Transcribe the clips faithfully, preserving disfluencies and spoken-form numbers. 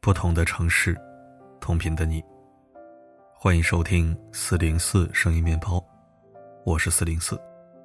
不同的城市，同频的你。欢迎收听四零四声音面包，我是四零四。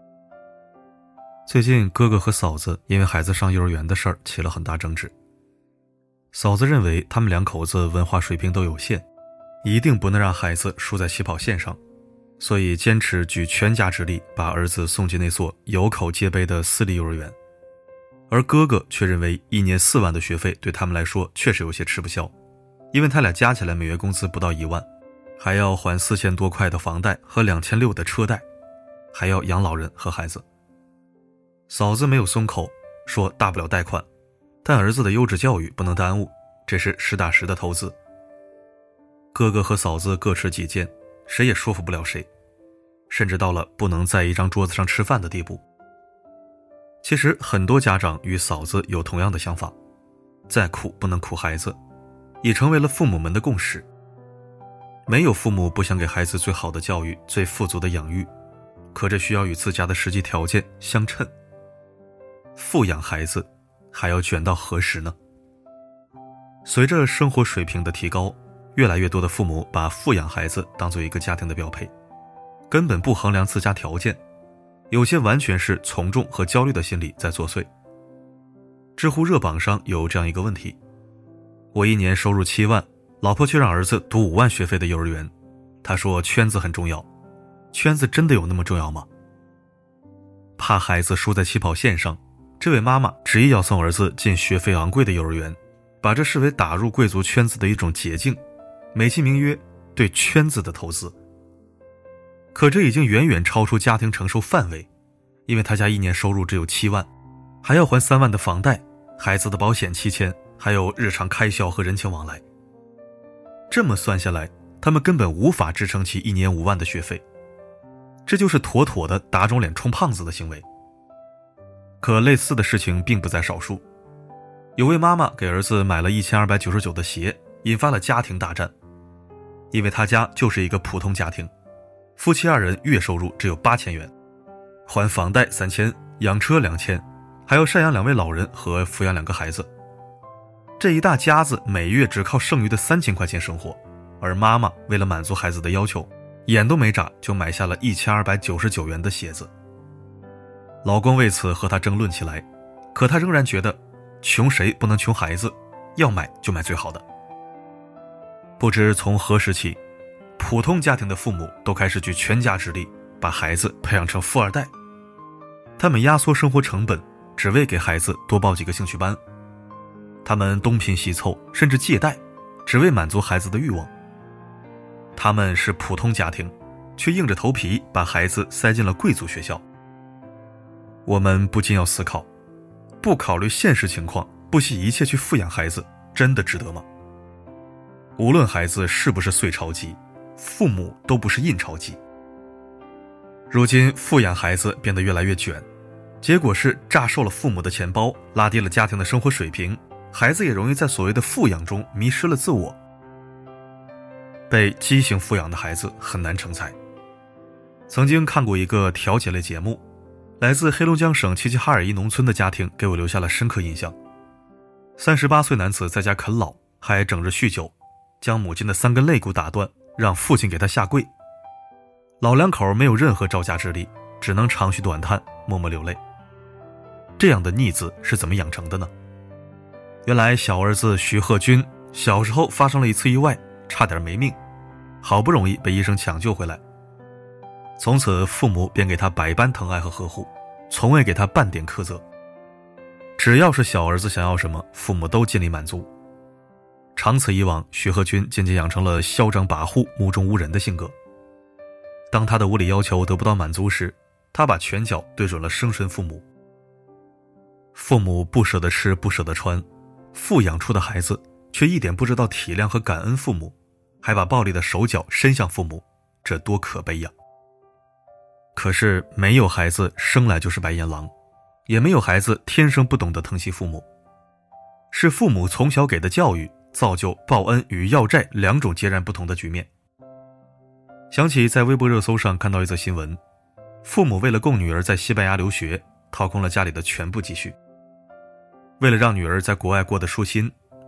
最近哥哥和嫂子因为孩子上幼儿园的事儿起了很大争执。嫂子认为他们两口子文化水平都有限，一定不能让孩子输在起跑线上，所以坚持举全家之力把儿子送进那所有口皆碑的私立幼儿园。而哥哥却认为一年四万的学费对他们来说确实有些吃不消，因为他俩加起来每月工资不到一万，还要还四千多块的房贷和两千六的车贷，还要养老人和孩子。嫂子没有松口，说大不了贷款，但儿子的优质教育不能耽误，这是实打实的投资。哥哥和嫂子各持己见，谁也说服不了谁，甚至到了不能在一张桌子上吃饭的地步。其实很多家长与嫂子有同样的想法，再苦不能苦孩子，也成为了父母们的共识。没有父母不想给孩子最好的教育，最富足的养育，可这需要与自家的实际条件相称。富养孩子还要卷到何时呢？随着生活水平的提高，越来越多的父母把富养孩子当作一个家庭的标配，根本不衡量自家条件，有些完全是从众和焦虑的心理在作祟。知乎热榜上有这样一个问题：我一年收入七万，老婆却让儿子读五万学费的幼儿园，他说圈子很重要，圈子真的有那么重要吗？怕孩子输在起跑线上，这位妈妈执意要送儿子进学费昂贵的幼儿园，把这视为打入贵族圈子的一种捷径，美其名曰对圈子的投资。可这已经远远超出家庭承受范围，因为他家一年收入只有七万，还要还三万的房贷，孩子的保险七千，还有日常开销和人情往来。这么算下来，他们根本无法支撑起一年五万的学费，这就是妥妥的打肿脸充胖子的行为。可类似的事情并不在少数，有位妈妈给儿子买了一千二百九十九的鞋，引发了家庭大战。因为他家就是一个普通家庭，夫妻二人月收入只有八千元，还房贷三千，养车两千，还要赡养两位老人和抚养两个孩子。这一大家子每月只靠剩余的三千块钱生活，而妈妈为了满足孩子的要求，眼都没眨就买下了一千二百九十九元的鞋子。老公为此和她争论起来，可她仍然觉得穷谁不能穷孩子，要买就买最好的。不知从何时起，普通家庭的父母都开始举全家之力把孩子培养成富二代。他们压缩生活成本，只为给孩子多报几个兴趣班。他们东拼西凑，甚至借贷，只为满足孩子的欲望。他们是普通家庭，却硬着头皮把孩子塞进了贵族学校。我们不禁要思考，不考虑现实情况，不惜一切去富养孩子，真的值得吗？无论孩子是不是碎钞机，父母都不是印钞机。如今富养孩子变得越来越卷，结果是榨瘦了父母的钱包，拉低了家庭的生活水平，孩子也容易在所谓的富养中迷失了自我。被畸形富养的孩子很难成才。曾经看过一个调解类节目，来自黑龙江省齐齐哈尔一农村的家庭给我留下了深刻印象。三十八岁男子在家啃老，还整日酗酒，将母亲的三根肋骨打断，让父亲给他下跪。老两口没有任何招架之力，只能长吁短叹，默默流泪。这样的逆子是怎么养成的呢？原来小儿子徐鹤军小时候发生了一次意外，差点没命，好不容易被医生抢救回来。从此父母便给他百般疼爱和呵护，从未给他半点苛责。只要是小儿子想要什么，父母都尽力满足。长此以往，徐鹤军渐渐养成了嚣张跋扈、目中无人的性格。当他的无理要求得不到满足时，他把拳脚对准了生身父母。父母不舍得吃，不舍得穿，富养出的孩子却一点不知道体谅和感恩父母，还把暴力的手脚伸向父母，这多可悲呀！可是没有孩子生来就是白眼狼，也没有孩子天生不懂得疼惜父母，是父母从小给的教育造就报恩与要债两种截然不同的局面。想起在微博热搜上看到一则新闻，父母为了供女儿在西班牙留学，掏空了家里的全部积蓄。为了让女儿在国外过得舒心，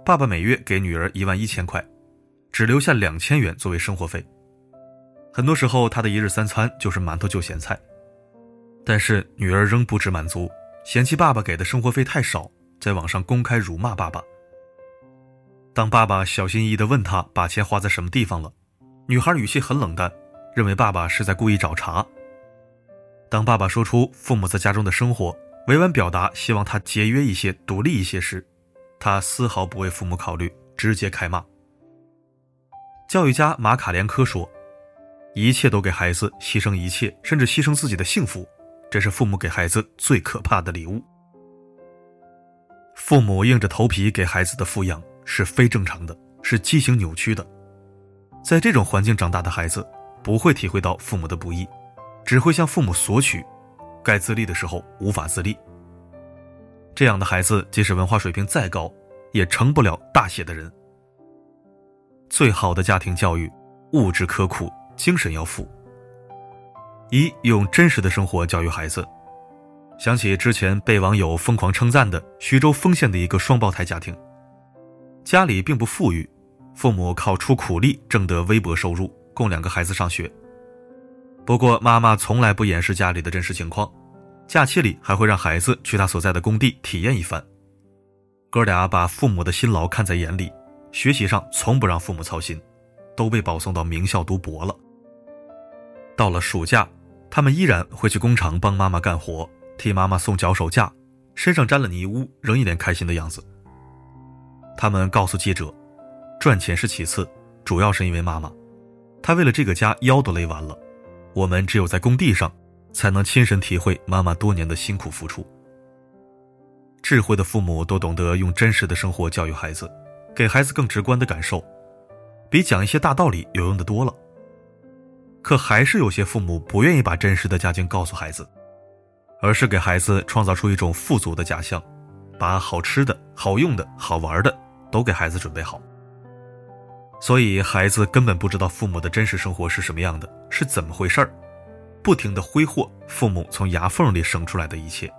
爸爸每月给女儿一万一千块，只留下两千元作为生活费。很多时候他的一日三餐就是馒头就咸菜。但是女儿仍不知满足，嫌弃爸爸给的生活费太少，在网上公开辱骂爸爸。当爸爸小心翼翼地问他把钱花在什么地方了，女孩语气很冷淡，认为爸爸是在故意找茬。当爸爸说出父母在家中的生活，委婉表达希望他节约一些独立一些时，他丝毫不为父母考虑，直接开骂。教育家马卡连科说，一切都给孩子牺牲一切，甚至牺牲自己的幸福，这是父母给孩子最可怕的礼物。父母硬着头皮给孩子的富养是非正常的，是畸形扭曲的。在这种环境长大的孩子不会体会到父母的不易，只会向父母索取，该自立的时候无法自立。这样的孩子即使文化水平再高，也成不了大写的人。最好的家庭教育，物质刻苦，精神要富。一，用真实的生活教育孩子。想起之前被网友疯狂称赞的徐州丰县的一个双胞胎家庭，家里并不富裕，父母靠出苦力挣得微薄收入，供两个孩子上学。不过妈妈从来不掩饰家里的真实情况，假期里还会让孩子去他所在的工地体验一番。哥俩把父母的辛劳看在眼里，学习上从不让父母操心，都被保送到名校读博了。到了暑假，他们依然会去工厂帮妈妈干活，替妈妈送脚手架，身上沾了泥污，仍一脸开心的样子。他们告诉记者，赚钱是其次，主要是因为妈妈，她为了这个家腰都勒完了，我们只有在工地上才能亲身体会妈妈多年的辛苦付出。智慧的父母都懂得用真实的生活教育孩子，给孩子更直观的感受，比讲一些大道理有用的多了。可还是有些父母不愿意把真实的家境告诉孩子，而是给孩子创造出一种富足的假象，把好吃的、好用的、好玩的都给孩子准备好。所以孩子根本不知道父母的真实生活是什么样的，是怎么回事儿，不停地挥霍父母从牙缝里省出来的一切。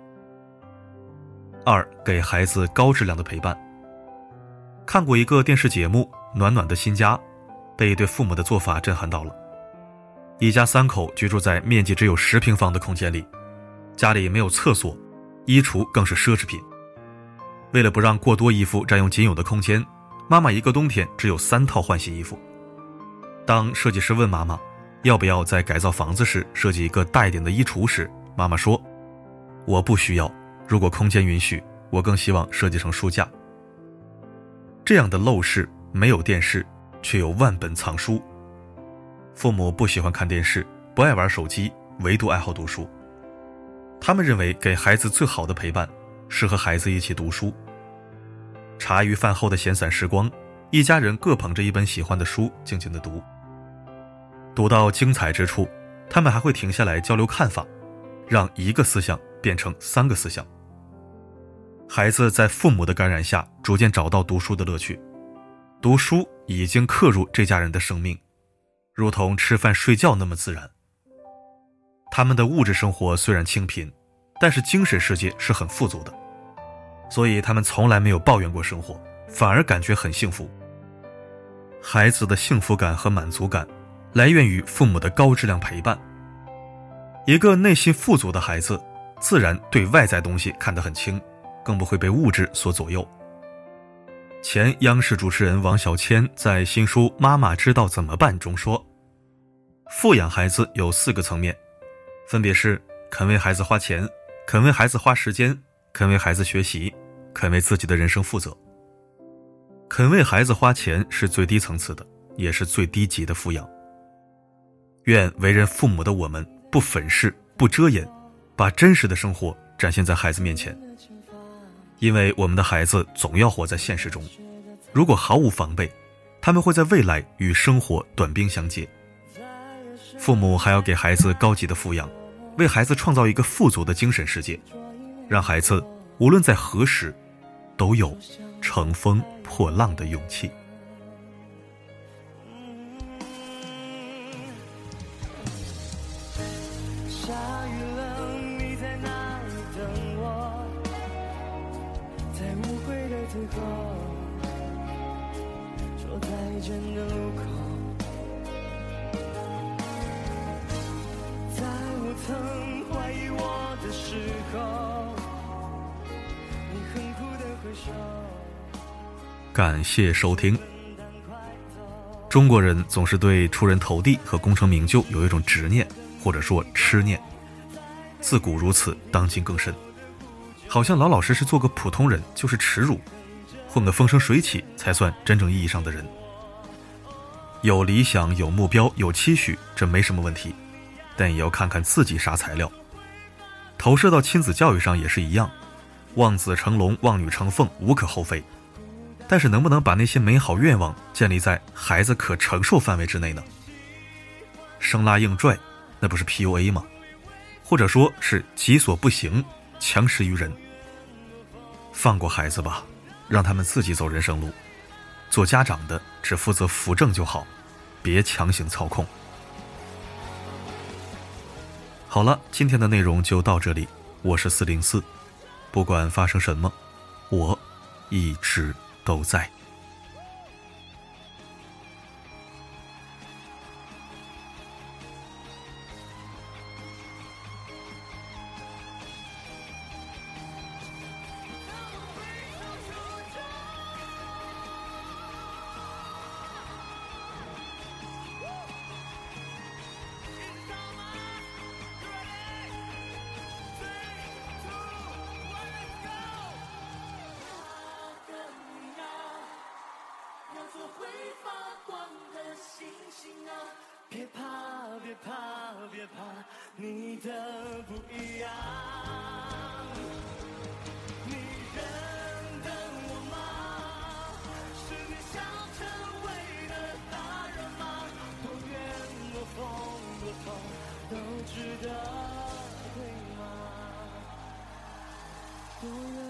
二，给孩子高质量的陪伴。看过一个电视节目《暖暖的新家》，被一对父母的做法震撼到了。一家三口居住在面积只有十平方的空间里，家里没有厕所，衣橱更是奢侈品。为了不让过多衣服占用仅有的空间，妈妈一个冬天只有三套换洗衣服。当设计师问妈妈要不要在改造房子时设计一个大一点的衣橱时，妈妈说，我不需要，如果空间允许，我更希望设计成书架。这样的陋室，没有电视，却有万本藏书。父母不喜欢看电视，不爱玩手机，唯独爱好读书。他们认为给孩子最好的陪伴是和孩子一起读书。茶余饭后的闲散时光，一家人各捧着一本喜欢的书静静地读。读到精彩之处，他们还会停下来交流看法，让一个思想变成三个思想。孩子在父母的感染下逐渐找到读书的乐趣，读书已经刻入这家人的生命，如同吃饭睡觉那么自然。他们的物质生活虽然清贫，但是精神世界是很富足的，所以他们从来没有抱怨过生活，反而感觉很幸福。孩子的幸福感和满足感来源于父母的高质量陪伴。一个内心富足的孩子，自然对外在东西看得很轻，更不会被物质所左右。前央视主持人王小谦在新书《妈妈知道怎么办》中说，富养孩子有四个层面，分别是肯为孩子花钱，肯为孩子花时间，肯为孩子学习，肯为自己的人生负责。肯为孩子花钱是最低层次的，也是最低级的富养。愿为人父母的我们不粉饰，不遮掩，把真实的生活展现在孩子面前。因为我们的孩子总要活在现实中，如果毫无防备，他们会在未来与生活短兵相接。父母还要给孩子高级的富养，为孩子创造一个富足的精神世界，让孩子无论在何时都有乘风破浪的勇气。 下雨了，你在哪里等我？在误会的最后， 见的路口，在我曾怀疑我的时候，你很酷的挥手。 感谢收听。中国人总是对出人头地和功成名就有一种执念，或者说痴念，自古如此，当今更甚。好像老老实实做个普通人就是耻辱，混个风生水起才算真正意义上的人。有理想、有目标、有期许，这没什么问题，但也要看看自己啥材料。投射到亲子教育上也是一样，望子成龙、望女成凤无可厚非，但是能不能把那些美好愿望建立在孩子可承受范围之内呢？生拉硬拽，那不是 P U A 吗？或者说是己所不行，强施于人。放过孩子吧，让他们自己走人生路，做家长的只负责扶正就好，别强行操控。好了，今天的内容就到这里，我是四零四，不管发生什么，我一直都在。 别怕，别怕，别怕，你的不一样。你认得我吗？是你想成为的大人吗？多远多疯多痛都值得，对吗？多远